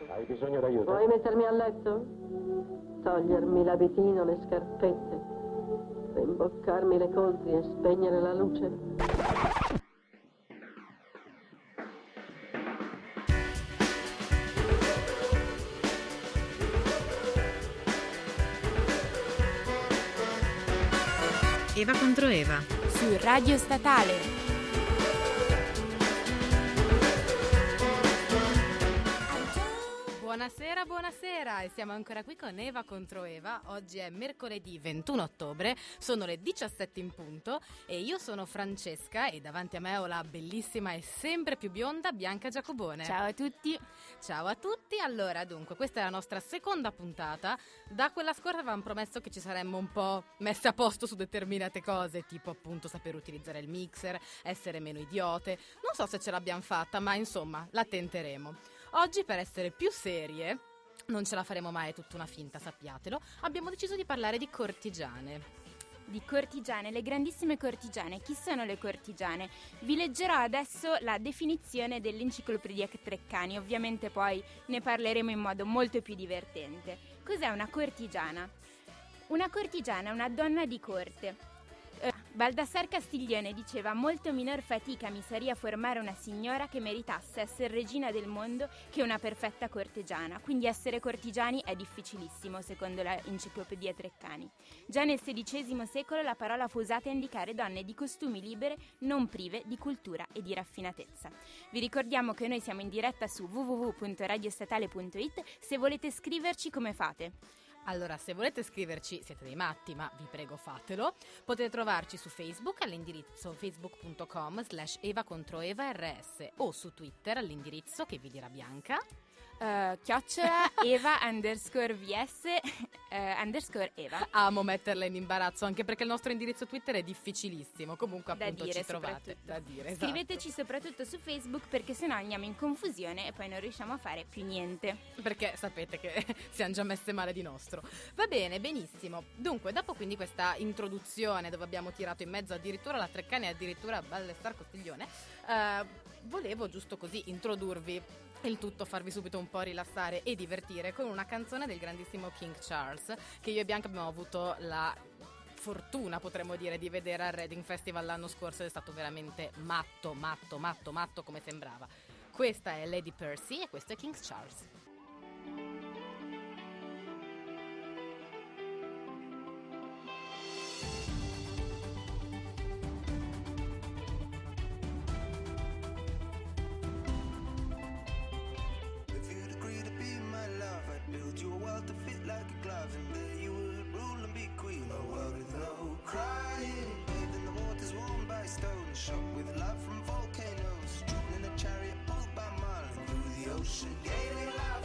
letto. Hai bisogno d'aiuto? Vuoi mettermi a letto? Togliermi l'abitino, le scarpette, rimboccarmi le coltri e spegnere la luce? Eva contro Eva su Radio Statale. Buonasera e siamo ancora qui con Eva contro Eva. Oggi è mercoledì 21 ottobre, sono le 17 in punto e io sono Francesca e davanti a me ho la bellissima e sempre più bionda Bianca Giacobone. Ciao a tutti. Ciao a tutti. Allora, dunque, questa è la nostra seconda puntata. Da quella scorsa avevamo promesso che ci saremmo un po' messe a posto su determinate cose, tipo appunto saper utilizzare il mixer, essere meno idiote. Non so se ce l'abbiamo fatta, ma insomma, la tenteremo. Oggi, per essere più serie, non ce la faremo mai, è tutta una finta, sappiatelo, abbiamo deciso di parlare di cortigiane. Di cortigiane, le grandissime cortigiane. Chi sono le cortigiane? Vi leggerò adesso la definizione dell'enciclopedia Treccani, ovviamente poi ne parleremo in modo molto più divertente. Cos'è una cortigiana? Una cortigiana è una donna di corte. Baldassar Castiglione diceva: molto minor fatica mi saria formare una signora che meritasse essere regina del mondo che una perfetta cortigiana. Quindi essere cortigiani è difficilissimo, secondo la enciclopedia Treccani. Già nel XVI secolo la parola fu usata a indicare donne di costumi libere, non prive di cultura e di raffinatezza. Vi ricordiamo che noi siamo in diretta su www.radiostatale.it. Se volete scriverci, come fate? Allora, se volete scriverci, siete dei matti, ma vi prego fatelo. Potete trovarci su Facebook all'indirizzo facebook.com/Eva contro Eva RS o su Twitter all'indirizzo che vi dirà Bianca. Chiocciola Eva _vs _Eva. Amo metterla in imbarazzo, anche perché il nostro indirizzo Twitter è difficilissimo. Comunque da appunto dire, ci trovate. Da dire, esatto. Scriveteci soprattutto su Facebook, perché sennò andiamo in confusione e poi non riusciamo a fare più niente. Perché sapete che siamo già messe male di nostro. Va bene, benissimo. Dunque, dopo quindi questa introduzione dove abbiamo tirato in mezzo addirittura la Treccani e addirittura Baldassar Castiglione, volevo giusto così introdurvi il tutto, farvi subito un po' rilassare e divertire con una canzone del grandissimo King Charles, che io e Bianca abbiamo avuto la fortuna, potremmo dire, di vedere al Reading Festival l'anno scorso ed è stato veramente matto come sembrava. Questa è Lady Percy e questo è King Charles. To fit like a glove, and there you would rule and be queen. A world with no crying, bathed in the waters warmed by stones, shot with love from volcanoes, drawn in a chariot pulled by Marlin through the ocean, gaily laughing.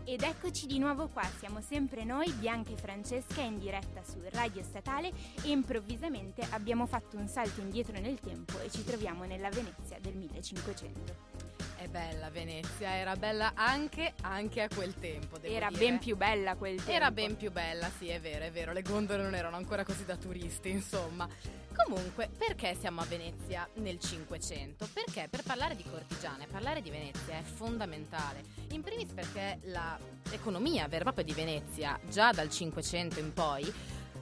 Ed eccoci di nuovo qua, siamo sempre noi, Bianca e Francesca, in diretta su Radio Statale e improvvisamente abbiamo fatto un salto indietro nel tempo e ci troviamo nella Venezia del 1500. È bella Venezia, era bella anche a quel tempo, devo Era dire. ben più bella quel tempo. Era ben più bella, sì, è vero, le gondole non erano ancora così da turisti, insomma. Comunque, perché siamo a Venezia nel 500? Perché per parlare di cortigiane, parlare di Venezia è fondamentale. In primis perché l'economia vera e propria di Venezia, già dal 500 in poi,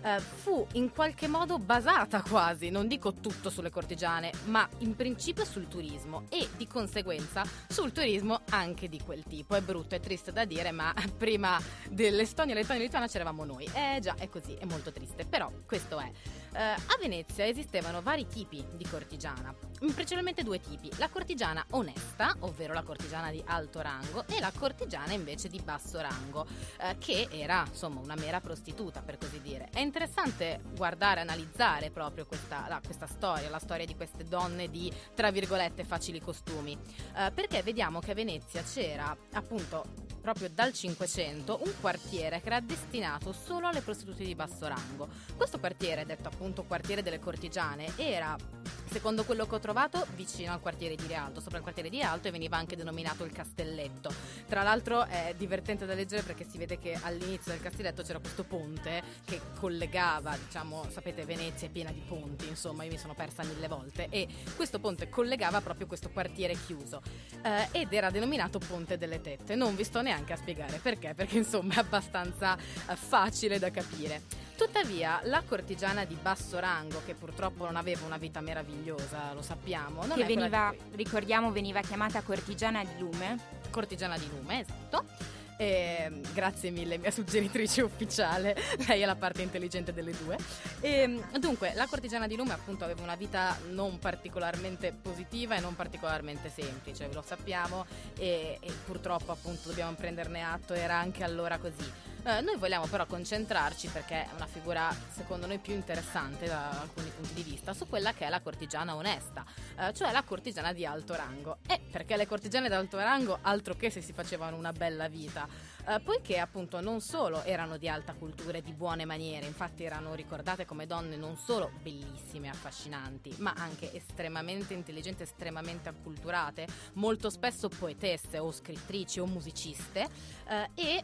fu in qualche modo basata quasi, non dico tutto sulle cortigiane, ma in principio sul turismo e di conseguenza sul turismo anche di quel tipo. È brutto, è triste da dire, ma prima dell'Estonia, Lettonia e Lituania c'eravamo noi. Già, è così, è molto triste, però questo è. A Venezia esistevano vari tipi di cortigiana, principalmente due tipi: la cortigiana onesta, ovvero la cortigiana di alto rango, e la cortigiana invece di basso rango, che era insomma una mera prostituta, per così dire. È interessante guardare, analizzare proprio questa storia, la storia di queste donne di, tra virgolette, facili costumi, perché vediamo che a Venezia c'era appunto proprio dal 500 un quartiere che era destinato solo alle prostitute di basso rango. Questo quartiere, detto appunto quartiere delle cortigiane, era, secondo quello che ho trovato, vicino al quartiere di Rialto, sopra il quartiere di Rialto, e veniva anche denominato il Castelletto. Tra l'altro è divertente da leggere perché si vede che all'inizio del Castelletto c'era questo ponte che collegava, diciamo, sapete, Venezia è piena di ponti, insomma, io mi sono persa 1000 volte, e questo ponte collegava proprio questo quartiere chiuso, ed era denominato Ponte delle Tette. Non vi sto neanche a spiegare perché insomma è abbastanza facile da capire. Tuttavia la cortigiana di basso rango, che purtroppo non aveva una vita meravigliosa, lo sappiamo, non che è quella veniva, di cui... ricordiamo, veniva chiamata cortigiana di lume. Cortigiana di lume, esatto. Grazie mille, mia suggeritrice ufficiale, lei è la parte intelligente delle due. Dunque la cortigiana di lume appunto aveva una vita non particolarmente positiva e non particolarmente semplice, lo sappiamo, e purtroppo appunto dobbiamo prenderne atto, era anche allora così. Noi vogliamo però concentrarci, perché è una figura secondo noi più interessante da alcuni punti di vista, su quella che è la cortigiana onesta, cioè la cortigiana di alto rango. Perché le cortigiane di alto rango altro che se si facevano una bella vita, poiché appunto non solo erano di alta cultura e di buone maniere, infatti erano ricordate come donne non solo bellissime e affascinanti, ma anche estremamente intelligenti, estremamente acculturate, molto spesso poetesse o scrittrici o musiciste, e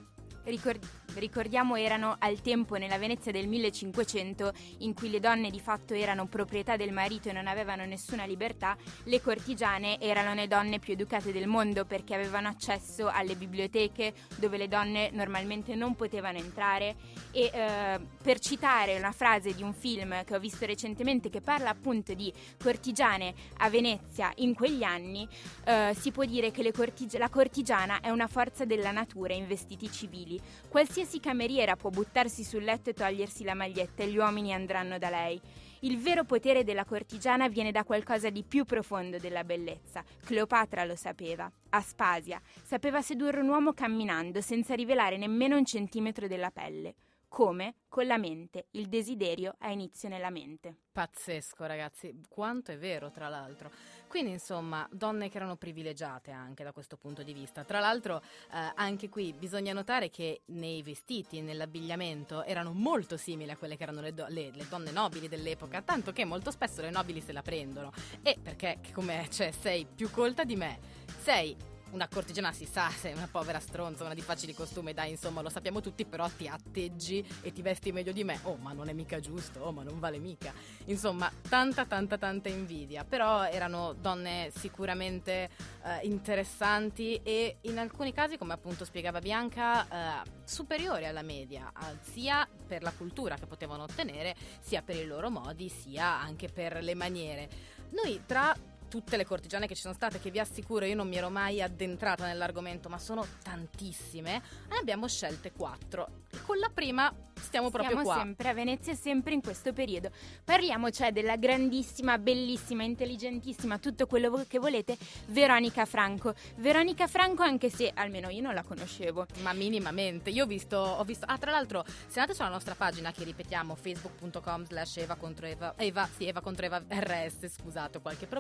ricordiamo erano al tempo, nella Venezia del 1500, in cui le donne di fatto erano proprietà del marito e non avevano nessuna libertà. Le cortigiane erano le donne più educate del mondo, perché avevano accesso alle biblioteche dove le donne normalmente non potevano entrare. E per citare una frase di un film che ho visto recentemente che parla appunto di cortigiane a Venezia in quegli anni, si può dire che la cortigiana è una forza della natura in vestiti civili. Qualsiasi cameriera può buttarsi sul letto e togliersi la maglietta e gli uomini andranno da lei. Il vero potere della cortigiana viene da qualcosa di più profondo della bellezza. Cleopatra lo sapeva. Aspasia sapeva sedurre un uomo camminando senza rivelare nemmeno un centimetro della pelle. Come? Con la mente. Il desiderio ha inizio nella mente. Pazzesco, ragazzi, quanto è vero, tra l'altro. Quindi insomma donne che erano privilegiate anche da questo punto di vista. Tra l'altro anche qui bisogna notare che nei vestiti, nell'abbigliamento erano molto simili a quelle che erano le donne nobili dell'epoca, tanto che molto spesso le nobili se la prendono, e perché come sei più colta di me, sei una cortigiana, si sa, sei una povera stronza, una di facili costume, dai, insomma, lo sappiamo tutti, però ti atteggi e ti vesti meglio di me. Oh, ma non è mica giusto, oh, ma non vale mica. Insomma, tanta invidia. Però erano donne sicuramente interessanti e in alcuni casi, come appunto spiegava Bianca, superiori alla media, sia per la cultura che potevano ottenere, sia per i loro modi, sia anche per le maniere. Noi tra tutte le cortigiane che ci sono state, che vi assicuro io non mi ero mai addentrata nell'argomento, ma sono tantissime, ne abbiamo scelte 4. Con la prima stiamo proprio qua. Siamo sempre a Venezia, sempre in questo periodo. Parliamo cioè della grandissima, bellissima, intelligentissima, tutto quello che volete, Veronica Franco. Veronica Franco, anche se almeno io non la conoscevo. Ma minimamente. Io ho visto. Tra l'altro, se andate sulla nostra pagina, che ripetiamo, facebook.com/Eva contro Eva RS, scusate, ho qualche problema.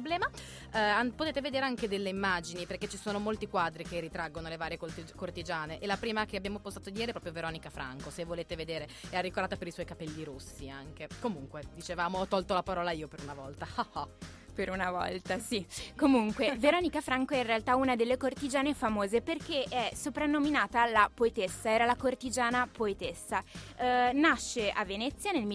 Potete vedere anche delle immagini, perché ci sono molti quadri che ritraggono le varie cortigiane, e la prima che abbiamo postato ieri è proprio Veronica Franco, se volete vedere. È ricordata per i suoi capelli rossi anche. Comunque, dicevamo, ho tolto la parola io per una volta. Per una volta, sì. Comunque, Veronica Franco è in realtà una delle cortigiane famose perché è soprannominata la poetessa, era la cortigiana poetessa. Nasce a Venezia nel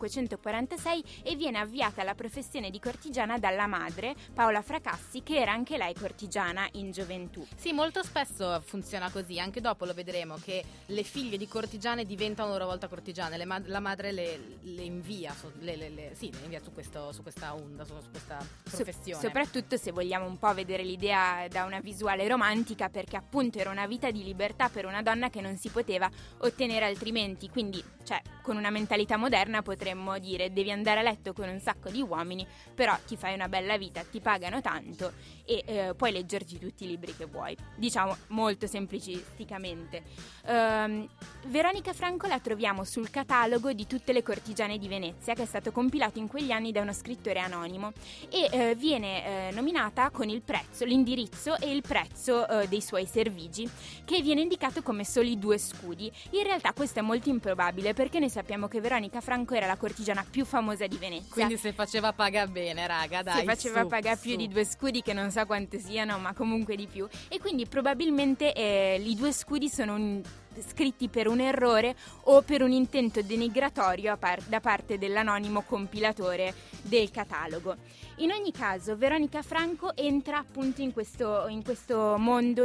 1546 e viene avviata alla professione di cortigiana dalla madre, Paola Fracassi, che era anche lei cortigiana in gioventù. Sì, molto spesso funziona così, anche dopo lo vedremo, che le figlie di cortigiane diventano a loro volta cortigiane, la madre le invia, le invia su questa onda, su questa professione. Soprattutto se vogliamo un po' vedere l'idea da una visuale romantica, perché appunto era una vita di libertà per una donna che non si poteva ottenere altrimenti, quindi con una mentalità moderna potremmo dire devi andare a letto con un sacco di uomini, però ti fai una bella vita, ti pagano tanto e puoi leggerti tutti i libri che vuoi, diciamo molto semplicisticamente. Veronica Franco la troviamo sul catalogo di tutte le cortigiane di Venezia, che è stato compilato in quegli anni da uno scrittore anonimo, e viene nominata con il prezzo, l'indirizzo e il prezzo dei suoi servigi, che viene indicato come soli 2 scudi. In realtà questo è molto improbabile, perché noi sappiamo che Veronica Franco era la cortigiana più famosa di Venezia. Quindi se faceva paga bene, raga, dai. Se faceva paga più di 2 scudi, che non so quante siano, ma comunque di più. E quindi probabilmente i 2 scudi sono scritti per un errore o per un intento denigratorio da parte dell'anonimo compilatore del catalogo. In ogni caso, Veronica Franco entra appunto in questo mondo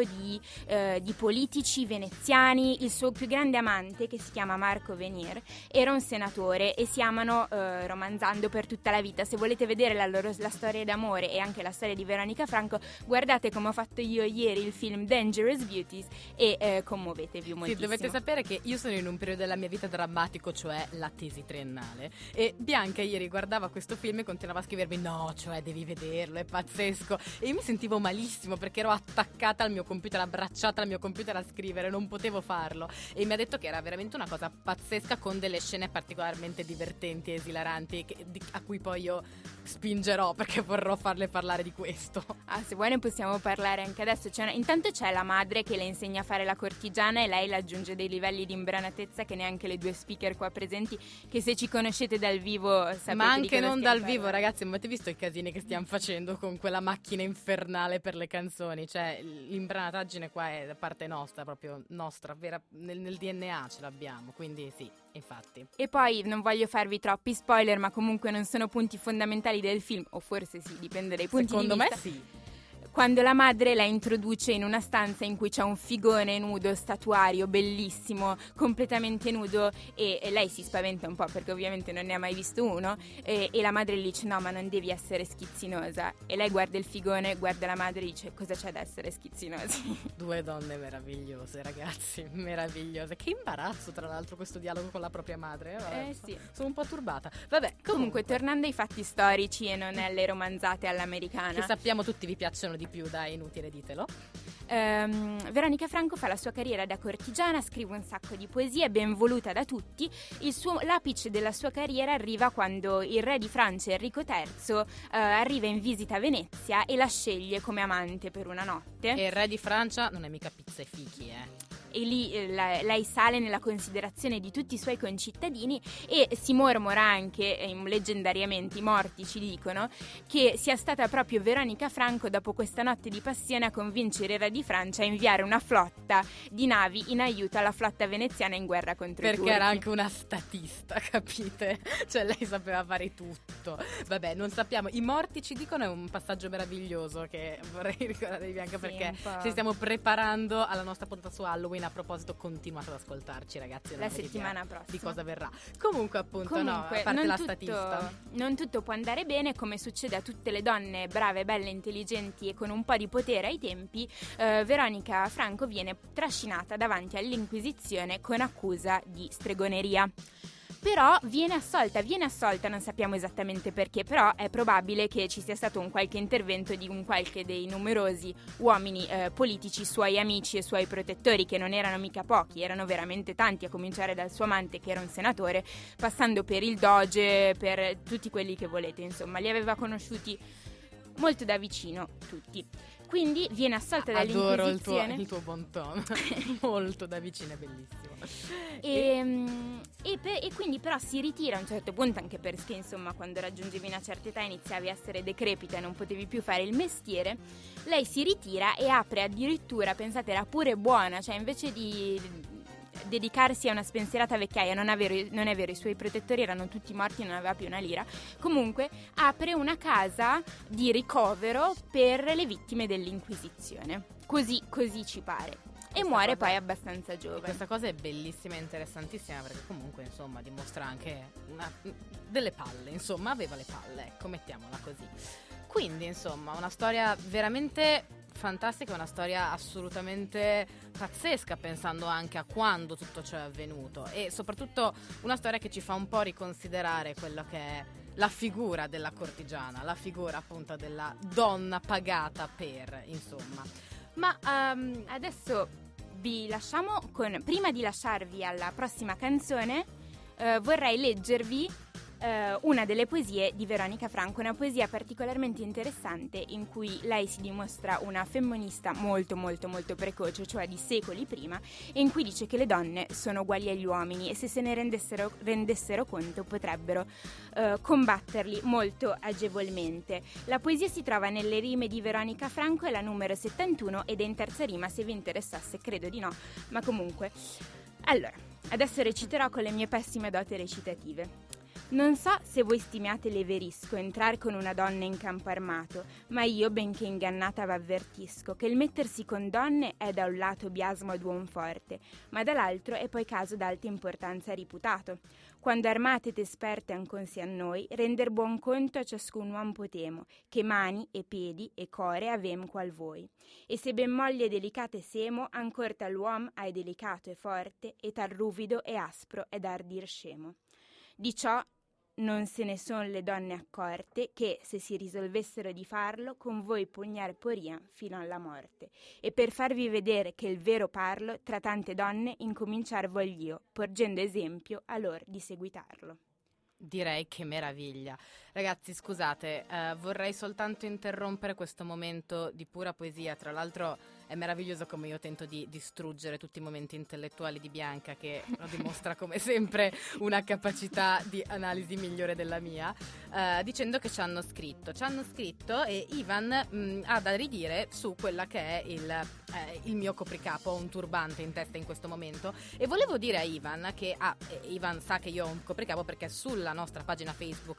di politici veneziani. Il suo più grande amante, che si chiama Marco Venier, era un senatore e si amano romanzando per tutta la vita. Se volete vedere la storia d'amore e anche la storia di Veronica Franco, guardate, come ho fatto io ieri, il film Dangerous Beauties e commuovetevi moltissimo. Sì, dovete sapere che io sono in un periodo della mia vita drammatico, cioè la tesi triennale, e Bianca ieri guardava questo film e continuava a scrivermi no, cioè devi vederlo, è pazzesco, e io mi sentivo malissimo perché ero attaccata al mio computer, abbracciata al mio computer a scrivere, non potevo farlo, e mi ha detto che era veramente una cosa pazzesca, con delle scene particolarmente divertenti e esilaranti a cui poi io spingerò, perché vorrò farle parlare di questo. Se vuoi ne possiamo parlare anche adesso. Intanto c'è la madre che le insegna a fare la cortigiana e lei le aggiunge dei livelli di imbranatezza che neanche le 2 speaker qua presenti, che se ci conoscete dal vivo sapete. Ma anche di cosa non dal parlando. vivo, ragazzi, ma avete visto i casini che stiamo facendo con quella macchina infernale per le canzoni? Cioè l'imbranataggine qua è da parte nostra, proprio nostra, vera, nel DNA ce l'abbiamo, quindi sì, infatti. E poi non voglio farvi troppi spoiler, ma comunque non sono punti fondamentali del film, o forse sì, dipende dai punti Secondo di vista. me sì. Quando la madre la introduce in una stanza in cui c'è un figone nudo, statuario, bellissimo, completamente nudo, e lei si spaventa un po' perché ovviamente non ne ha mai visto uno, e la madre gli dice no, ma non devi essere schizzinosa, e lei guarda il figone, guarda la madre e dice cosa c'è da essere schizzinosi? 2 donne meravigliose, ragazzi, meravigliose. Che imbarazzo, tra l'altro, questo dialogo con la propria madre. Sì. Sono un po' turbata. Vabbè, Comunque, tornando ai fatti storici e non alle romanzate all'americana, che sappiamo tutti vi piacciono di più, dai, inutile, ditelo. Veronica Franco fa la sua carriera da cortigiana, scrive un sacco di poesie, ben voluta da tutti. L'apice della sua carriera arriva quando il re di Francia, Enrico III, arriva in visita a Venezia e la sceglie come amante per una notte. E il re di Francia non è mica pizza e fichi, E lì lei sale nella considerazione di tutti i suoi concittadini, e si mormora anche, leggendariamente i morti ci dicono, che sia stata proprio Veronica Franco, dopo questa notte di passione, a convincere il re di Francia a inviare una flotta di navi in aiuto alla flotta veneziana in guerra contro i turchi. Perché era anche una statista, capite? Cioè lei sapeva fare tutto. Vabbè, non sappiamo. I morti ci dicono, è un passaggio meraviglioso che vorrei ricordarvi anche, sì, perché ci stiamo preparando alla nostra puntata su Halloween. A proposito, continuate ad ascoltarci, ragazzi, la settimana prossima di cosa verrà. Comunque appunto, no, a parte la statista, non tutto può andare bene, come succede a tutte le donne brave, belle, intelligenti e con un po' di potere ai tempi. Veronica Franco viene trascinata davanti all'Inquisizione con accusa di stregoneria. Però viene assolta, non sappiamo esattamente perché, però è probabile che ci sia stato un qualche intervento di un qualche dei numerosi uomini politici, suoi amici e suoi protettori, che non erano mica pochi, erano veramente tanti, a cominciare dal suo amante che era un senatore, passando per il doge, per tutti quelli che volete, insomma, li aveva conosciuti molto da vicino tutti. Quindi viene assolta Adoro dall'Inquisizione. il tuo bon ton. Molto da vicino, è bellissimo. E quindi però si ritira a un certo punto, anche perché insomma quando raggiungevi una certa età iniziavi a essere decrepita e non potevi più fare il mestiere. Lei si ritira e apre addirittura, pensate, era pure buona, cioè invece di dedicarsi a una spensierata vecchiaia, non è vero, i suoi protettori erano tutti morti e non aveva più una lira, comunque apre una casa di ricovero per le vittime dell'Inquisizione, così ci pare. E muore poi abbastanza giovane. Questa cosa è bellissima e interessantissima, perché comunque insomma dimostra anche delle palle, insomma aveva le palle, ecco, mettiamola così. Quindi insomma una storia veramente fantastica, una storia assolutamente pazzesca, pensando anche a quando tutto ciò è avvenuto, e soprattutto una storia che ci fa un po' riconsiderare quello che è la figura della cortigiana, la figura appunto della donna pagata per, insomma. Ma adesso vi lasciamo prima di lasciarvi alla prossima canzone, vorrei leggervi una delle poesie di Veronica Franco, una poesia particolarmente interessante in cui lei si dimostra una femminista molto molto molto precoce, cioè di secoli prima, e in cui dice che le donne sono uguali agli uomini e se se ne rendessero conto potrebbero combatterli molto agevolmente. La poesia si trova nelle rime di Veronica Franco, è la numero 71 ed è in terza rima, se vi interessasse, credo di no, ma comunque. Allora, adesso reciterò con le mie pessime doti recitative. Non so se voi stimiate l'Everisco entrar con una donna in campo armato, ma io, benché ingannata, v'avvertisco che il mettersi con donne è da un lato biasmo ad uom forte, ma dall'altro è poi caso d'alta importanza riputato. Quando armate ed esperte anconsi a noi, render buon conto a ciascun uom potemo, che mani e piedi e core avem qual voi. E se ben moglie delicate semo, ancor tal uom è delicato e forte, e tal ruvido e aspro è d'ardir scemo. Di ciò non se ne son le donne accorte che, se si risolvessero di farlo, con voi pugnar porian fino alla morte. E per farvi vedere che il vero parlo, tra tante donne incominciar voglio, porgendo esempio a lor di seguitarlo. Direi che meraviglia. Ragazzi, scusate, vorrei soltanto interrompere questo momento di pura poesia. Tra l'altro è meraviglioso come io tento di distruggere tutti i momenti intellettuali di Bianca, che dimostra come sempre una capacità di analisi migliore della mia, dicendo che ci hanno scritto e Ivan ha da ridire su quella che è il mio copricapo. Ho un turbante in testa in questo momento e volevo dire a Ivan che Ivan sa che io ho un copricapo perché sulla nostra pagina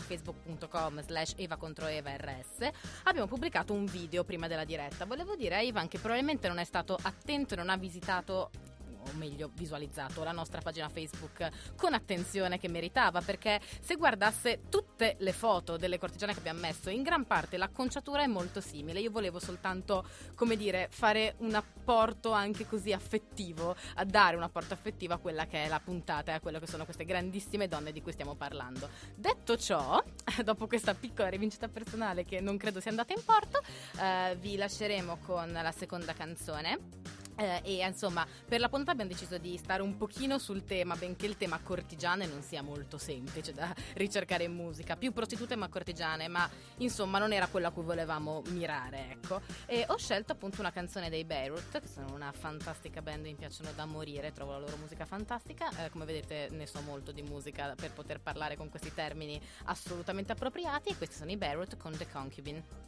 facebook.com/EvaControEvaRS abbiamo pubblicato un video prima della diretta. Volevo dire a Ivan che probabilmente non è stato attento e non ha visitato, o meglio visualizzato, la nostra pagina Facebook con attenzione che meritava, perché se guardasse tutte le foto delle cortigiane che abbiamo messo, in gran parte l'acconciatura è molto simile. Io volevo soltanto, come dire, fare un apporto anche così affettivo, a dare un apporto affettivo a quella che è la puntata e a quello che sono queste grandissime donne di cui stiamo parlando. Detto ciò, dopo questa piccola rivincita personale che non credo sia andata in porto, vi lasceremo con la seconda canzone. E insomma, per la puntata abbiamo deciso di stare un pochino sul tema, benché il tema cortigiane non sia molto semplice da ricercare in musica. Più prostitute ma cortigiane, ma insomma non era quello a cui volevamo mirare, ecco. E ho scelto appunto una canzone dei Beirut, che sono una fantastica band, mi piacciono da morire, trovo la loro musica fantastica. Come vedete ne so molto di musica per poter parlare con questi termini assolutamente appropriati. E questi sono i Beirut con The Concubine.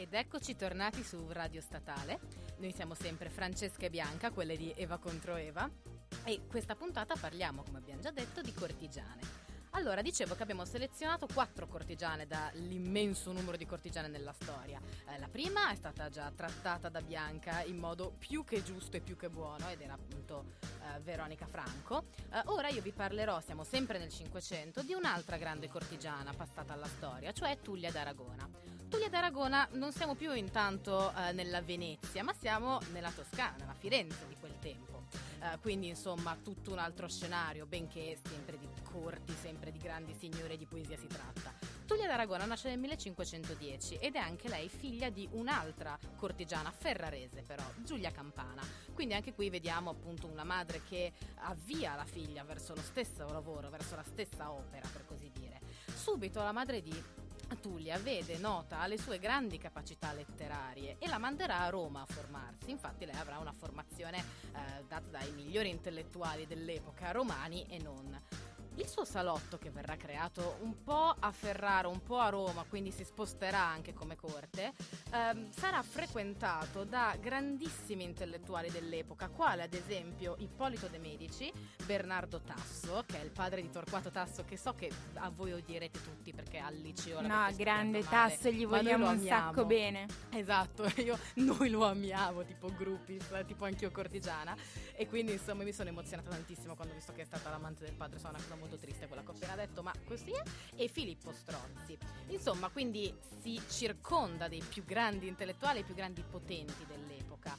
Ed eccoci tornati su Radio Statale. Noi siamo sempre Francesca e Bianca, quelle di Eva contro Eva, e questa puntata parliamo, come abbiamo già detto, di cortigiane. Allora, dicevo che abbiamo selezionato 4 cortigiane dall'immenso numero di cortigiane nella storia. La prima è stata già trattata da Bianca in modo più che giusto e più che buono, ed era appunto Veronica Franco. Ora io vi parlerò, siamo sempre nel 500, di un'altra grande cortigiana passata alla storia, cioè Tullia d'Aragona. Tullia d'Aragona non siamo più intanto nella Venezia, ma siamo nella Toscana, nella Firenze di quel tempo. Quindi insomma tutto un altro scenario, benché sempre di corti, sempre di grandi signore di poesia si tratta. Tullia d'Aragona nasce nel 1510 ed è anche lei figlia di un'altra cortigiana ferrarese, però, Giulia Campana. Quindi anche qui vediamo appunto una madre che avvia la figlia verso lo stesso lavoro, verso la stessa opera, per così dire. Subito la madre di Tullia vede nota le sue grandi capacità letterarie e la manderà a Roma a formarsi. Infatti lei avrà una formazione data dai migliori intellettuali dell'epoca, romani e non. Il suo salotto, che verrà creato un po' a Ferrara, un po' a Roma, quindi si sposterà anche come corte, sarà frequentato da grandissimi intellettuali dell'epoca, quale ad esempio Ippolito de' Medici, Bernardo Tasso, che è il padre di Torquato Tasso, che so che a voi odierete tutti perché al liceo l'avete grande studiato male, Tasso, gli ma noi vogliamo lo un amiamo. sacco bene. Esatto, noi lo amiamo, tipo Gruppis, tipo anch'io cortigiana, e quindi insomma mi sono emozionata tantissimo quando ho visto che è stata l'amante del padre. Sono una cosa molto triste quella che ho appena detto, ma così è. E Filippo Strozzi, insomma, quindi si circonda dei più grandi intellettuali, i più grandi potenti dell'epoca,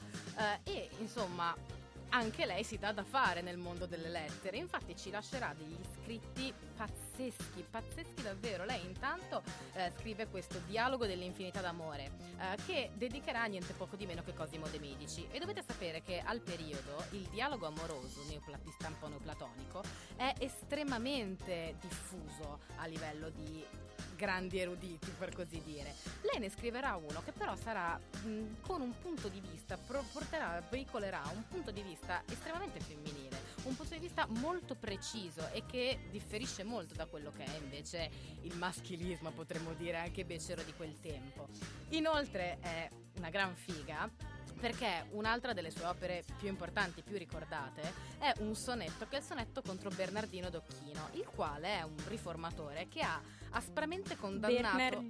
e insomma anche lei si dà da fare nel mondo delle lettere. Infatti ci lascerà degli scritti pazzeschi davvero. Lei intanto scrive questo Dialogo dell'infinità d'amore, che dedicherà niente poco di meno che Cosimo de' Medici. E dovete sapere che al periodo il dialogo amoroso di stampo neoplatonico è estremamente diffuso a livello di grandi eruditi, per così dire. Lei ne scriverà uno che però sarà con un punto di vista, veicolerà un punto di vista estremamente femminile, un punto di vista molto preciso e che differisce molto da quello che è invece il maschilismo, potremmo dire anche becero di quel tempo. Inoltre è una gran figa, perché un'altra delle sue opere più importanti, più ricordate, è un sonetto, che è il sonetto contro Bernardino d'Occhino, il quale è un riformatore che ha aspramente condannato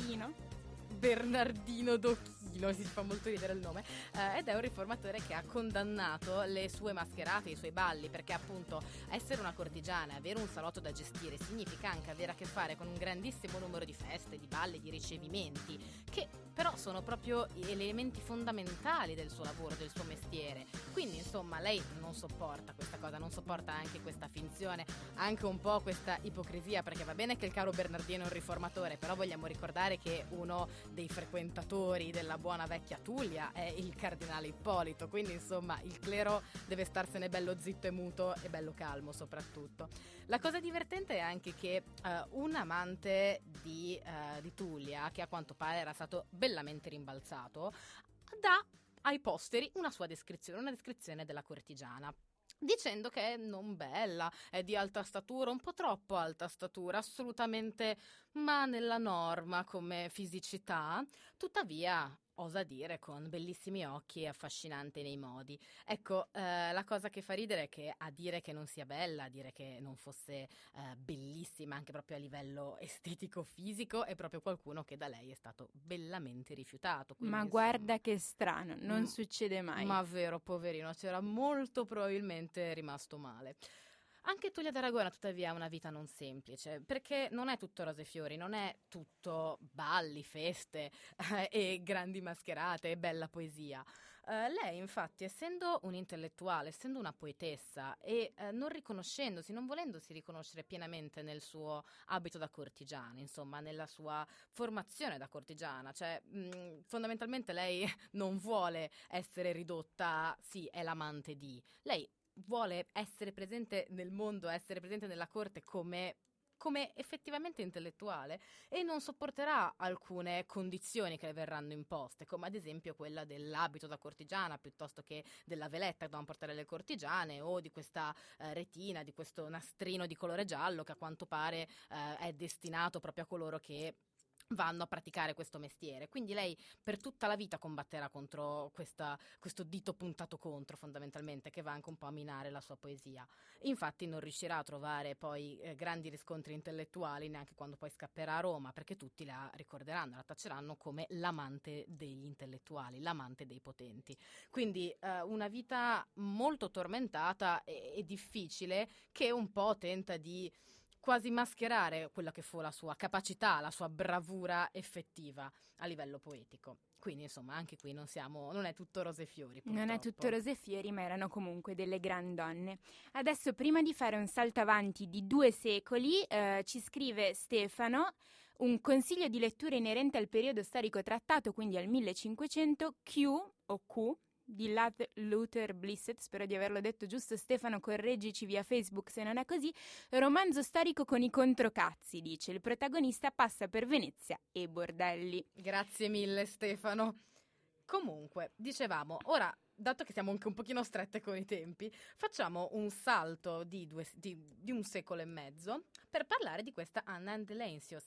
Bernardino d'Occhino, si fa molto ridere il nome, ed è un riformatore che ha condannato le sue mascherate, i suoi balli, perché appunto essere una cortigiana e avere un salotto da gestire significa anche avere a che fare con un grandissimo numero di feste, di balli, di ricevimenti, che però sono proprio elementi fondamentali del suo lavoro, del suo mestiere. Quindi insomma lei non sopporta questa cosa, non sopporta anche questa finzione, anche un po' questa ipocrisia, perché va bene che il caro Bernardino è un riformatore, però vogliamo ricordare che uno dei frequentatori della buona vecchia Tullia è il cardinale Ippolito, quindi insomma il clero deve starsene bello zitto e muto e bello calmo soprattutto. La cosa divertente è anche che un amante di Tullia, che a quanto pare era stato bellamente rimbalzato, dà ai posteri una sua descrizione, una descrizione della cortigiana, dicendo che è non bella, è di alta statura, un po' troppo alta statura, assolutamente ma nella norma come fisicità, tuttavia osa dire con bellissimi occhi e affascinante nei modi. Ecco, la cosa che fa ridere è che a dire che non sia bella, a dire che non fosse bellissima anche proprio a livello estetico-fisico, è proprio qualcuno che da lei è stato bellamente rifiutato. Quindi, Ma insomma, guarda che strano, non succede mai. ma vero, poverino, c'era molto probabilmente rimasto male. Anche Tullia d'Aragona tuttavia ha una vita non semplice, perché non è tutto rose e fiori, non è tutto balli, feste e grandi mascherate e bella poesia. Lei infatti, essendo un intellettuale, essendo una poetessa e non riconoscendosi, non volendosi riconoscere pienamente nel suo abito da cortigiana, insomma nella sua formazione da cortigiana, cioè fondamentalmente lei non vuole essere ridotta a sì, è l'amante di, lei vuole essere presente nel mondo, essere presente nella corte come effettivamente intellettuale, e non sopporterà alcune condizioni che le verranno imposte, come ad esempio quella dell'abito da cortigiana piuttosto che della veletta che devono portare le cortigiane, o di questa retina, di questo nastrino di colore giallo che a quanto pare è destinato proprio a coloro che vanno a praticare questo mestiere. Quindi lei per tutta la vita combatterà contro questo dito puntato contro, fondamentalmente, che va anche un po' a minare la sua poesia. Infatti non riuscirà a trovare poi grandi riscontri intellettuali neanche quando poi scapperà a Roma, perché tutti la ricorderanno, la tacceranno come l'amante degli intellettuali, l'amante dei potenti. Quindi una vita molto tormentata e difficile, che un po' tenta di quasi mascherare quella che fu la sua capacità, la sua bravura effettiva a livello poetico. Quindi insomma anche qui non è tutto rose e fiori, purtroppo. Non è tutto rose e fiori, ma erano comunque delle gran donne. Adesso, prima di fare un salto avanti di 2 secoli, ci scrive Stefano un consiglio di lettura inerente al periodo storico trattato, quindi al 1500, Q di Luther Blissett, spero di averlo detto giusto, Stefano, correggici via Facebook se non è così. Romanzo storico con i controcazzi, dice. Il protagonista passa per Venezia e bordelli. Grazie mille, Stefano. Comunque, dicevamo, ora, dato che siamo anche un pochino strette con i tempi, facciamo un salto di 1 secolo e mezzo per parlare di questa Anna Andelencios.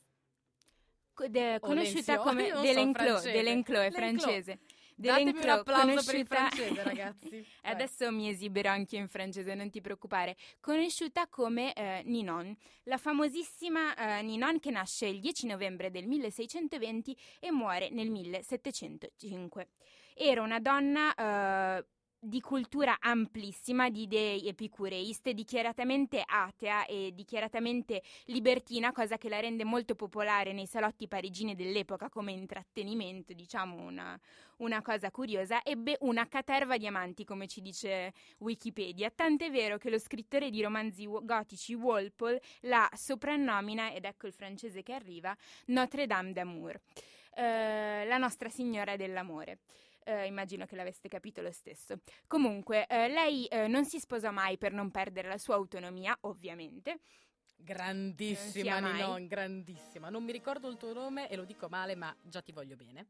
Conosciuta come Delenclos, è francese. Datemi un applauso per il francese, ragazzi. Adesso mi esiberò anche in francese, non ti preoccupare. Conosciuta come Ninon, la famosissima Ninon, che nasce il 10 novembre del 1620 e muore nel 1705. Era una donna di cultura amplissima, di idee epicureiste, dichiaratamente atea e dichiaratamente libertina, cosa che la rende molto popolare nei salotti parigini dell'epoca come intrattenimento, diciamo una cosa curiosa. Ebbe una caterva di amanti, come ci dice Wikipedia, tant'è vero che lo scrittore di romanzi gotici Walpole la soprannomina, ed ecco il francese che arriva, Notre Dame d'amour, la Nostra Signora dell'amore. Immagino che l'aveste capito lo stesso. Comunque, lei non si sposò mai per non perdere la sua autonomia, ovviamente. Grandissima Ninon, grandissima. Non mi ricordo il tuo nome e lo dico male, ma già ti voglio bene.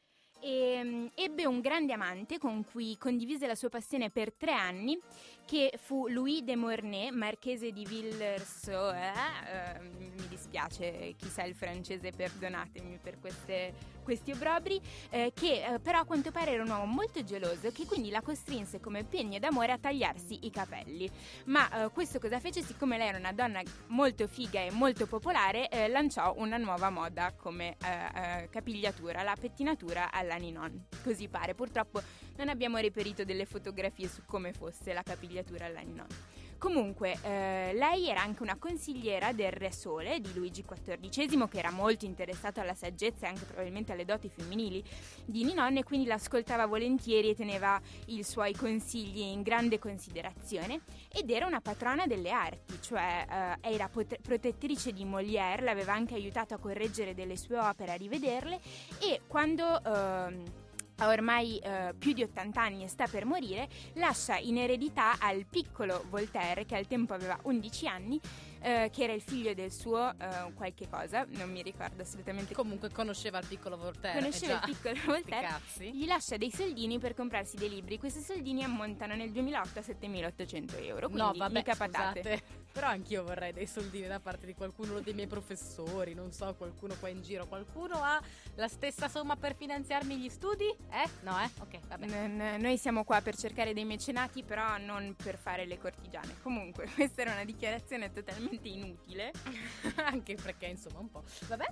E ebbe un grande amante con cui condivise la sua passione per 3 anni, che fu Louis de Mornay, marchese di Villersau. Mi dispiace, chissà il francese, perdonatemi per questi obbrobri, che però a quanto pare era un uomo molto geloso, che quindi la costrinse come pegno d'amore a tagliarsi i capelli. Ma questo cosa fece? Siccome lei era una donna molto figa e molto popolare, lanciò una nuova moda come capigliatura, la pettinatura alla Ninon, così pare. Purtroppo non abbiamo reperito delle fotografie su come fosse la capigliatura alla Ninon. Comunque, lei era anche una consigliera del Re Sole di Luigi XIV, che era molto interessato alla saggezza e anche probabilmente alle doti femminili di Ninon, e quindi l'ascoltava volentieri e teneva i suoi consigli in grande considerazione. Ed era una patrona delle arti, cioè era protettrice di Molière, l'aveva anche aiutato a correggere delle sue opere, a rivederle, e quando ha ormai più di 80 anni e sta per morire, lascia in eredità al piccolo Voltaire, che al tempo aveva 11 anni, che era il figlio del suo qualche cosa, non mi ricordo assolutamente. Comunque conosceva il piccolo Voltaire. Il piccolo Voltaire, gli lascia dei soldini per comprarsi dei libri. Questi soldini ammontano nel 2008 a 7.800 euro, quindi no, vabbè, mica patate. Scusate. Però anch'io vorrei dei soldini da parte di qualcuno, dei miei professori, non so, qualcuno qua in giro. Qualcuno ha la stessa somma per finanziarmi gli studi? No, ok, vabbè. Noi siamo qua per cercare dei mecenati, però non per fare le cortigiane. Comunque, questa era una dichiarazione totalmente inutile. Anche perché, insomma, un po'. Vabbè.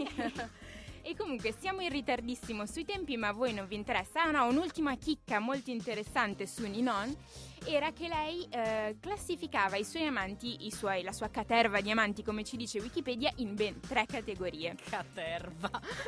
E comunque siamo in ritardissimo sui tempi, ma a voi non vi interessa. No, un'ultima chicca molto interessante su Ninon era che lei classificava i suoi amanti, la sua caterva di amanti, come ci dice Wikipedia, in ben 3 categorie. Caterva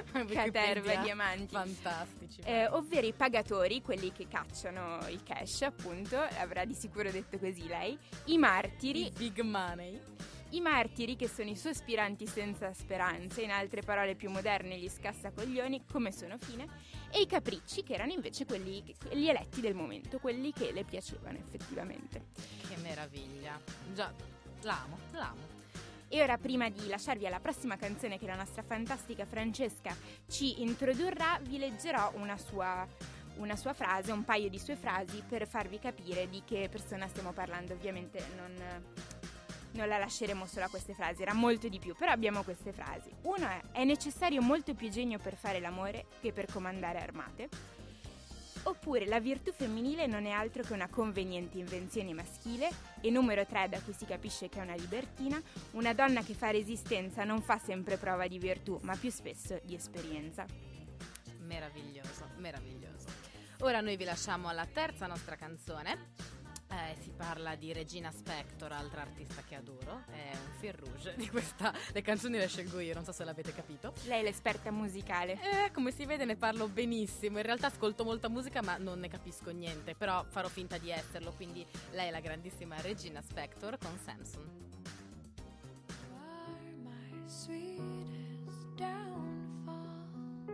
di amanti. Fantastici. Ovvero i pagatori, quelli che cacciano il cash, appunto, avrà di sicuro detto così lei. I martiri. I big money. I martiri, che sono i sospiranti senza speranze, in altre parole più moderne gli scassacoglioni, come sono fine, e i capricci, che erano invece gli eletti del momento, quelli che le piacevano effettivamente. Che meraviglia, già, l'amo. E ora, prima di lasciarvi alla prossima canzone che la nostra fantastica Francesca ci introdurrà, vi leggerò una sua frase, un paio di sue frasi, per farvi capire di che persona stiamo parlando. Ovviamente non la lasceremo solo a queste frasi, era molto di più, però abbiamo queste frasi. Uno è necessario molto più genio per fare l'amore che per comandare armate. Oppure la virtù femminile non è altro che una conveniente invenzione maschile. E numero 3, da cui si capisce che è una libertina, una donna che fa resistenza non fa sempre prova di virtù, ma più spesso di esperienza. Meraviglioso, meraviglioso. Ora noi vi lasciamo alla terza nostra canzone. Si parla di Regina Spektor, altra artista che adoro, è un fil rouge di questa, le canzoni le scelgo io, non so se l'avete capito. Lei è l'esperta musicale. Come si vede ne parlo benissimo, in realtà ascolto molta musica ma non ne capisco niente, però farò finta di esserlo, quindi lei è la grandissima Regina Spektor con Samson. You are my sweetest downfall.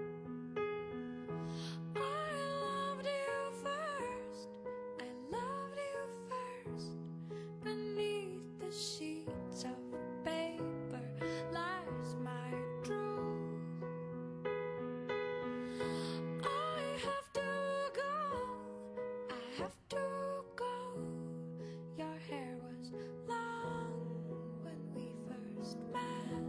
I loved you first. I loved you first. Beneath the sheets of paper lies my truth. I have to go. I have to go. Your hair was long when we first met.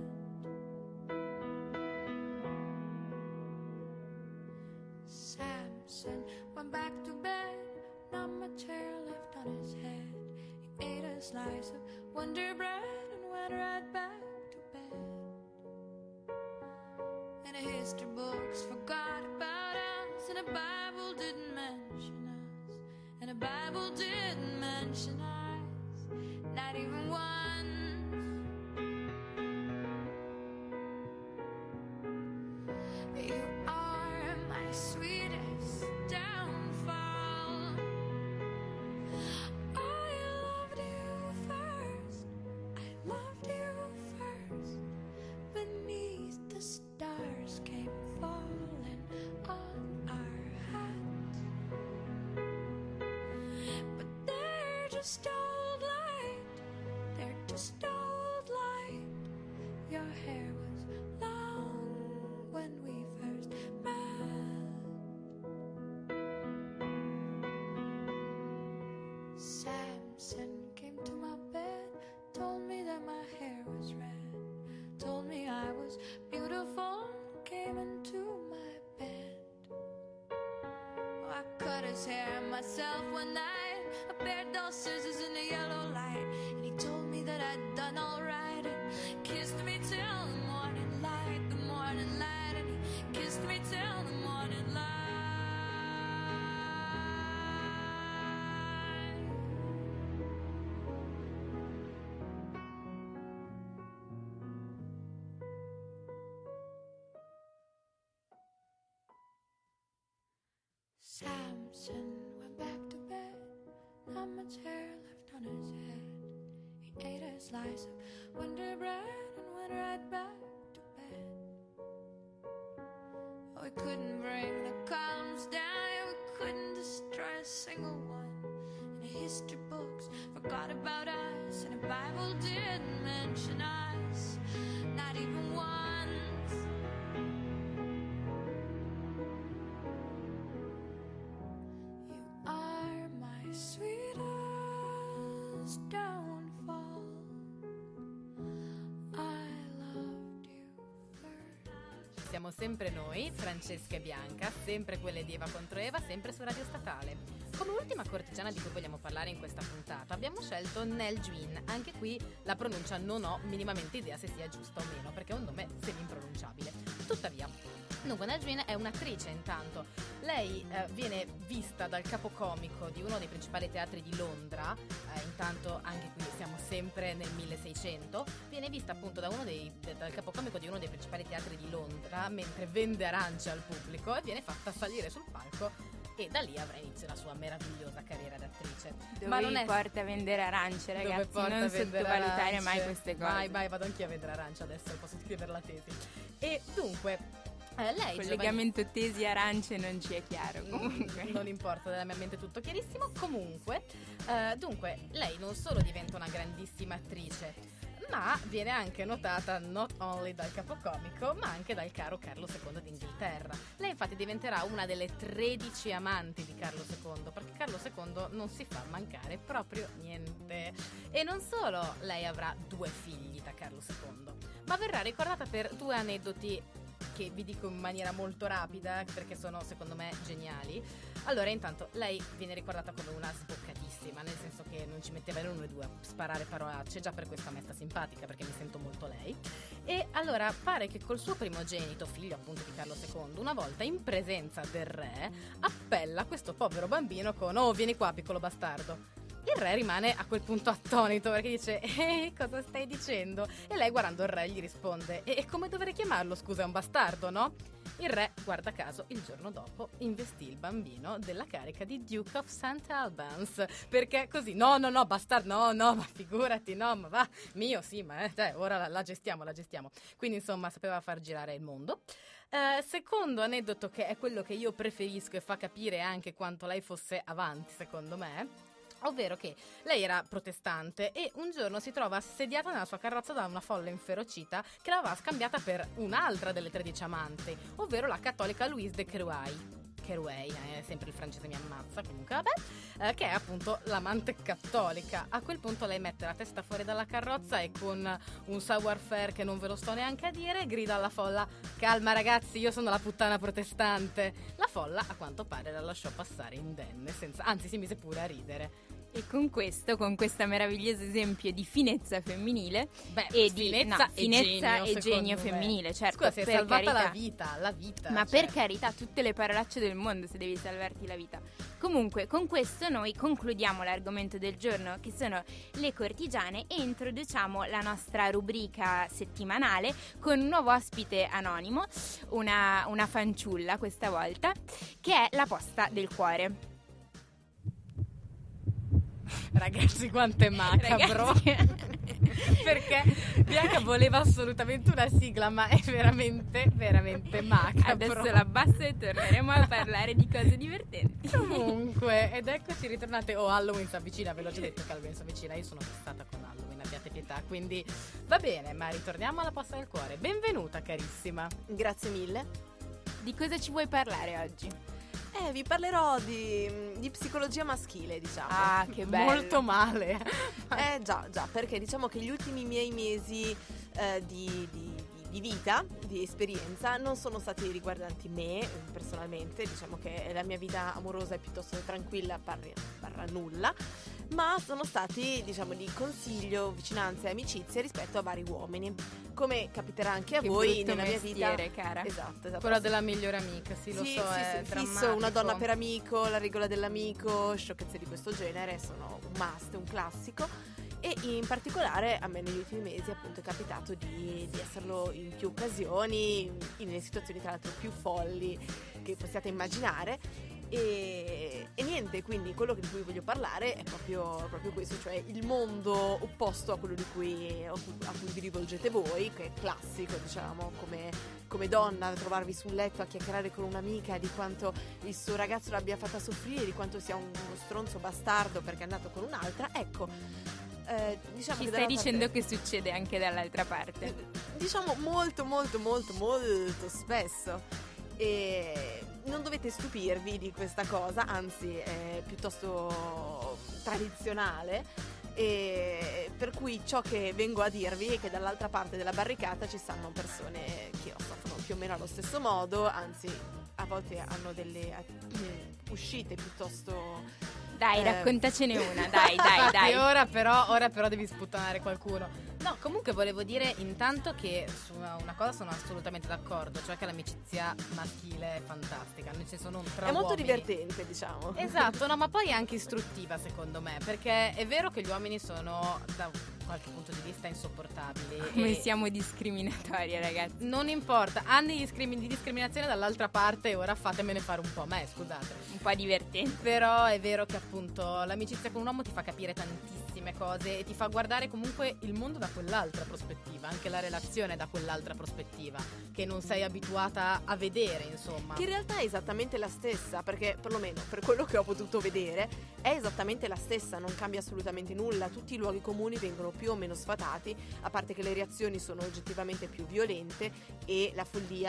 Samson went back to bed, not much hair left on his head. He ate a slice of Wonder Bread and went right back to bed. And the history books forgot about us, and the Bible didn't mention us, and the Bible didn't mention us, not even once. You are my sweetest downfall. I loved you first. I loved you first. Beneath the stars came falling on our hats. But they're just old light. They're just old light. Your hair was long when we first met. Samson came to my bed, told me that my hair was red, told me I was beautiful, came into my bed. Oh, I cut his hair myself one night, a pair of dull scissors in the yellow light, and he told me that I'd done all right, and kissed me till the morning light, and he kissed me till the morning light. Samson went back to bed, not much hair left on his head. He ate a slice of Wonder Bread and went right back to bed. Oh, we couldn't bring the columns down, we couldn't destroy a single one. And the history books forgot about us, and the Bible didn't mention us, not even once. You are my sweetest downfall. I loved you first. Siamo sempre noi, Francesca e Bianca, sempre quelle di Eva contro Eva, sempre su Radio Statale. Come ultima cortigiana di cui vogliamo parlare in questa puntata abbiamo scelto Nell Gwyn. Anche qui la pronuncia non ho minimamente idea se sia giusta o meno, perché è un nome semi-impronunciabile. Tuttavia, dunque Nell Gwyn è un'attrice intanto. Lei viene vista dal capocomico di uno dei principali teatri di Londra, intanto anche qui siamo sempre nel 1600, viene vista appunto dal capocomico di uno dei principali teatri di Londra mentre vende arance al pubblico e viene fatta salire sul palco e da lì avrà inizio la sua meravigliosa carriera d'attrice. Ma non porta a vendere arance, ragazzi, non sottovalutare mai queste cose. Vai, vado anch'io a vendere arance adesso, posso scrivere la tesi. E dunque lei il collegamento tesi arance non ci è chiaro, comunque non importa, nella mia mente è tutto chiarissimo. Comunque dunque lei non solo diventa una grandissima attrice, ma viene anche notata not only dal capocomico ma anche dal caro Carlo II d'Inghilterra. Lei infatti diventerà una delle 13 amanti di Carlo II, perché Carlo II II non si fa mancare proprio niente. E non solo lei avrà 2 figli da Carlo II, ma verrà ricordata per 2 aneddoti che vi dico in maniera molto rapida perché sono secondo me geniali. Allora, intanto lei viene ricordata come una sboccatissima, nel senso che non ci metteva l'uno e due a sparare parolacce, già per questo a me sta simpatica perché mi sento molto lei. E allora pare che col suo primogenito, figlio appunto di Carlo II, una volta in presenza del re appella questo povero bambino con "oh, vieni qua piccolo bastardo". Il re rimane a quel punto attonito perché dice cosa stai dicendo? E lei guardando il re gli risponde e come dovrei chiamarlo? Scusa, è un bastardo, no? Il re, guarda caso, il giorno dopo investì il bambino della carica di Duke of St. Albans, perché così, no, bastardo, no, ma figurati, no, ma va, mio sì, ma ora la gestiamo. Quindi insomma sapeva far girare il mondo. Secondo aneddoto, che è quello che io preferisco e fa capire anche quanto lei fosse avanti secondo me, ovvero che lei era protestante e un giorno si trova assediata nella sua carrozza da una folla inferocita che l'aveva scambiata per un'altra delle 13 amanti, ovvero la cattolica Louise de Kerouaille, sempre il francese mi ammazza, comunque vabbè, che è appunto l'amante cattolica. A quel punto lei mette la testa fuori dalla carrozza e con un savoir-faire che non ve lo sto neanche a dire grida alla folla: calma ragazzi, io sono la puttana protestante. La folla a quanto pare la lasciò passare indenne, anzi si mise pure a ridere. E con questo meraviglioso esempio di finezza femminile e di finezza e genio femminile, certo. Scusa, si è salvata carità, la vita. Ma per carità, tutte le parolacce del mondo se devi salvarti la vita. Comunque, con questo noi concludiamo l'argomento del giorno, che sono le cortigiane, e introduciamo la nostra rubrica settimanale con un nuovo ospite anonimo, una fanciulla questa volta, che è la posta del cuore. Ragazzi, quanto è macabro. Perché Bianca voleva assolutamente una sigla, ma è veramente, veramente macabro. Adesso la abbasso e torneremo a parlare di cose divertenti. Comunque, ed eccoci ritornate. Halloween si avvicina, ve l'ho già detto che Halloween si avvicina. Io sono fissata con Halloween, abbiate pietà. Quindi va bene, ma ritorniamo alla posta del cuore. Benvenuta carissima. Grazie mille. Di cosa ci vuoi parlare oggi? Vi parlerò di psicologia maschile, diciamo. Ah, che bello. Molto male. Già, perché diciamo che gli ultimi miei mesi di vita, di esperienza, non sono stati riguardanti me personalmente. Diciamo che la mia vita amorosa è piuttosto tranquilla, barra nulla, ma sono stati, diciamo, di consiglio, vicinanza e amicizia rispetto a vari uomini, come capiterà anche a voi nella mia vita, cara. Esatto. Quella della migliore amica, sì, lo so, è fisso, drammatico. Una donna per amico, la regola dell'amico, sciocchezze di questo genere sono un must, un classico. E in particolare a me negli ultimi mesi appunto è capitato di esserlo in più occasioni, in situazioni tra l'altro più folli che possiate immaginare. E niente, quindi quello di cui voglio parlare è proprio questo, cioè il mondo opposto a quello a cui vi rivolgete voi, che è classico, diciamo, come donna, trovarvi sul letto a chiacchierare con un'amica di quanto il suo ragazzo l'abbia fatta soffrire, di quanto sia uno stronzo bastardo perché è andato con un'altra. Ecco, diciamo ci che stai dicendo che succede anche dall'altra parte? Diciamo molto spesso. E non dovete stupirvi di questa cosa, anzi è piuttosto tradizionale, e per cui ciò che vengo a dirvi è che dall'altra parte della barricata ci stanno persone che lo soffrono più o meno allo stesso modo, anzi a volte hanno delle uscite piuttosto... Dai, raccontacene una, dai. Ora però devi sputtanare qualcuno. No, comunque volevo dire intanto che su una cosa sono assolutamente d'accordo, cioè che l'amicizia maschile è fantastica, nel senso non tra è molto uomini. Divertente, diciamo. Esatto, no, ma poi è anche istruttiva secondo me, perché è vero che gli uomini sono da qualche punto di vista insopportabili. Come siamo discriminatori, ragazzi. Non importa, anni di discriminazione dall'altra parte, ora fatemene fare un po' a me, scusate. Un po' divertente. Però è vero che appunto l'amicizia con un uomo ti fa capire tantissime cose e ti fa guardare comunque il mondo da quell'altra prospettiva, anche la relazione da quell'altra prospettiva, che non sei abituata a vedere, insomma. Che in realtà è esattamente la stessa, perché perlomeno per quello che ho potuto vedere è esattamente la stessa, non cambia assolutamente nulla, tutti i luoghi comuni vengono più o meno sfatati, a parte che le reazioni sono oggettivamente più violente e la follia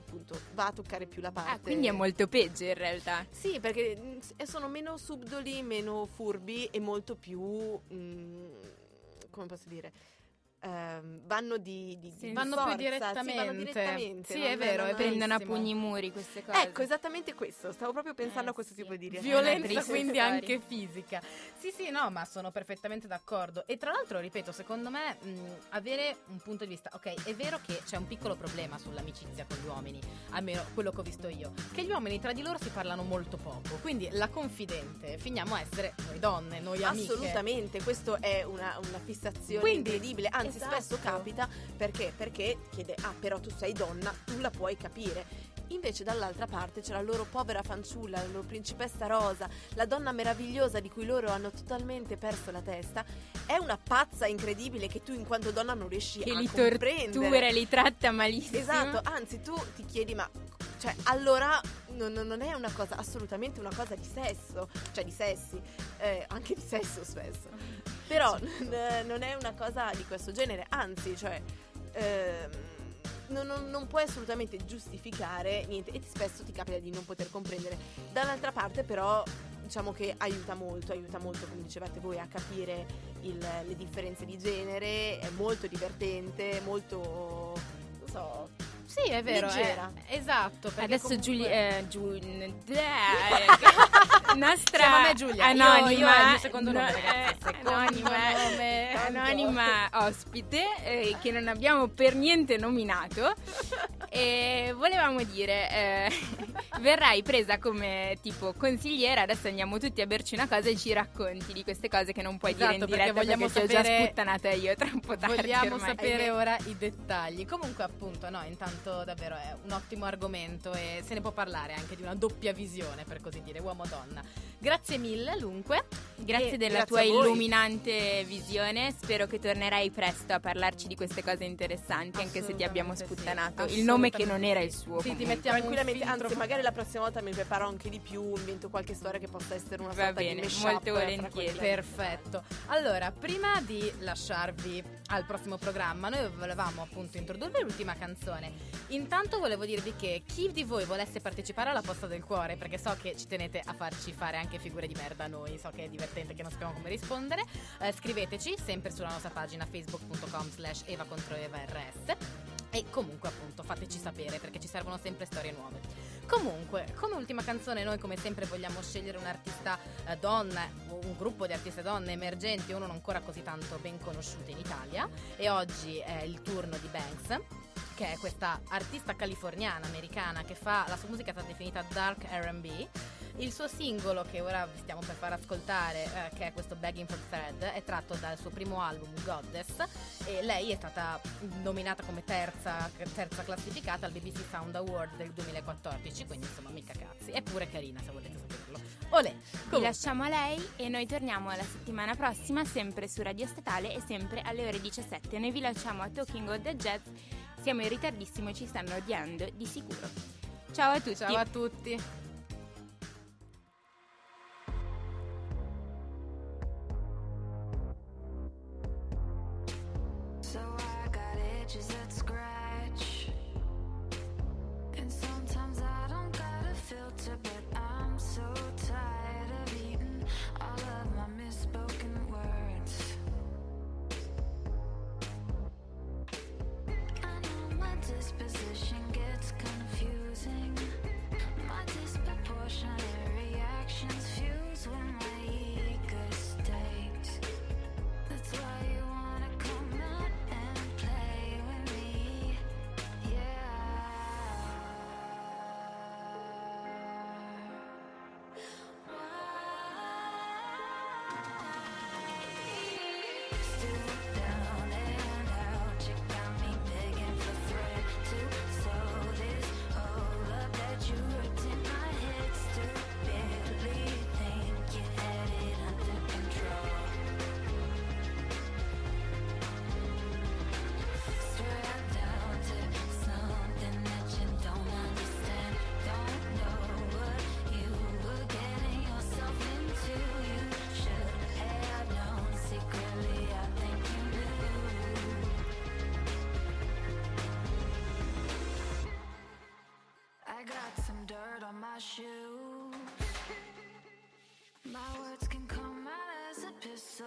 appunto va a toccare più la parte. Quindi è molto peggio in realtà. Sì, perché sono meno subdoli, meno furbi e molto più come posso dire, vanno di vanno forza, più direttamente. sì, vanno direttamente. Sì, è vero, è Prendono a verissimo. pugni i muri queste cose. Ecco, esattamente questo. Stavo proprio pensando a questo sì. tipo di reazione. Violenza triste quindi storia. anche fisica. Sì, no, ma sono perfettamente d'accordo. E tra l'altro, ripeto, secondo me avere un punto di vista, ok, è vero che c'è un piccolo problema sull'amicizia con gli uomini, almeno quello che ho visto io, che gli uomini tra di loro si parlano molto poco, quindi la confidente finiamo a essere noi donne, noi amiche. Assolutamente, questo è una fissazione Quindi, incredibile, anzi esatto. spesso capita perché chiede però tu sei donna, tu la puoi capire. Invece dall'altra parte c'è la loro povera fanciulla, la loro principessa rosa, la donna meravigliosa di cui loro hanno totalmente perso la testa. È una pazza incredibile che tu in quanto donna non riesci Che a li comprendere. tortura, li tratta malissimo. Esatto, anzi tu ti chiedi ma cioè allora non è una cosa, assolutamente una cosa di sesso, cioè di sessi, anche di sesso spesso, però non è una cosa di questo genere, anzi cioè non puoi assolutamente giustificare niente e spesso ti capita di non poter comprendere. Dall'altra parte però diciamo che aiuta molto come dicevate voi a capire le differenze di genere, è molto divertente, molto non so. Sì, è vero, leggera. Esatto. perché Adesso comunque- nostra Chiama me Giulia, anonima, io è il mio secondo nome, ragazzi, secondo nome. anonima ospite che non abbiamo per niente nominato e volevamo dire verrai presa come tipo consigliera, adesso andiamo tutti a berci una cosa e ci racconti di queste cose che non puoi dire in Esatto, perché diretta vogliamo perché ti ho già sapere- sputtanata io, è troppo tardi Vogliamo ormai. sapere ora i dettagli. Comunque appunto no, intanto davvero è un ottimo argomento e se ne può parlare anche di una doppia visione, per così dire, uomo-donna. Grazie mille dunque. Grazie E della grazie tua a voi. illuminante visione, spero che tornerai presto a parlarci di queste cose interessanti anche se ti abbiamo Assolutamente sputtanato sì, il nome che assolutamente non era sì. il suo. Sì, ti comunque. mettiamo un Tranquillamente, filtro. anzi magari la prossima volta mi preparo anche di più, invento qualche storia che possa essere una Va sorta bene, di mashup molto fra volentieri. quelle. Perfetto. Allora, prima di lasciarvi al prossimo programma, noi volevamo appunto introdurvi l'ultima canzone. Intanto volevo dirvi che chi di voi volesse partecipare alla posta del cuore, perché so che ci tenete a farci fare anche figure di merda a noi, so che è divertente che non sappiamo come rispondere, scriveteci sempre sulla nostra pagina facebook.com/evacontroevaRS e comunque appunto fateci sapere perché ci servono sempre storie nuove. Comunque, come ultima canzone noi come sempre vogliamo scegliere un'artista donna, un gruppo di artiste donne emergenti, uno non ancora così tanto ben conosciute in Italia, e oggi è il turno di Banks, che è questa artista californiana americana che fa, la sua musica è stata definita dark R&B. Il suo singolo che ora vi stiamo per far ascoltare, che è questo Begging for Thread, è tratto dal suo primo album Goddess e lei è stata nominata come terza classificata al BBC Sound Award del 2014, quindi insomma mica cazzi, è pure carina se volete saperlo. Olè. Vi Comunque, lasciamo a lei e noi torniamo la settimana prossima sempre su Radio Statale e sempre alle ore 17. Noi vi lasciamo a Talking of the Jazz, siamo in ritardissimo e ci stanno odiando di sicuro. Ciao a tutti. ciao a tutti. So I got itches that scratch, and sometimes I don't got a filter, but I'm so tired of eating all of my misspoken words. I know my disposition gets confusing. My disposition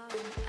down.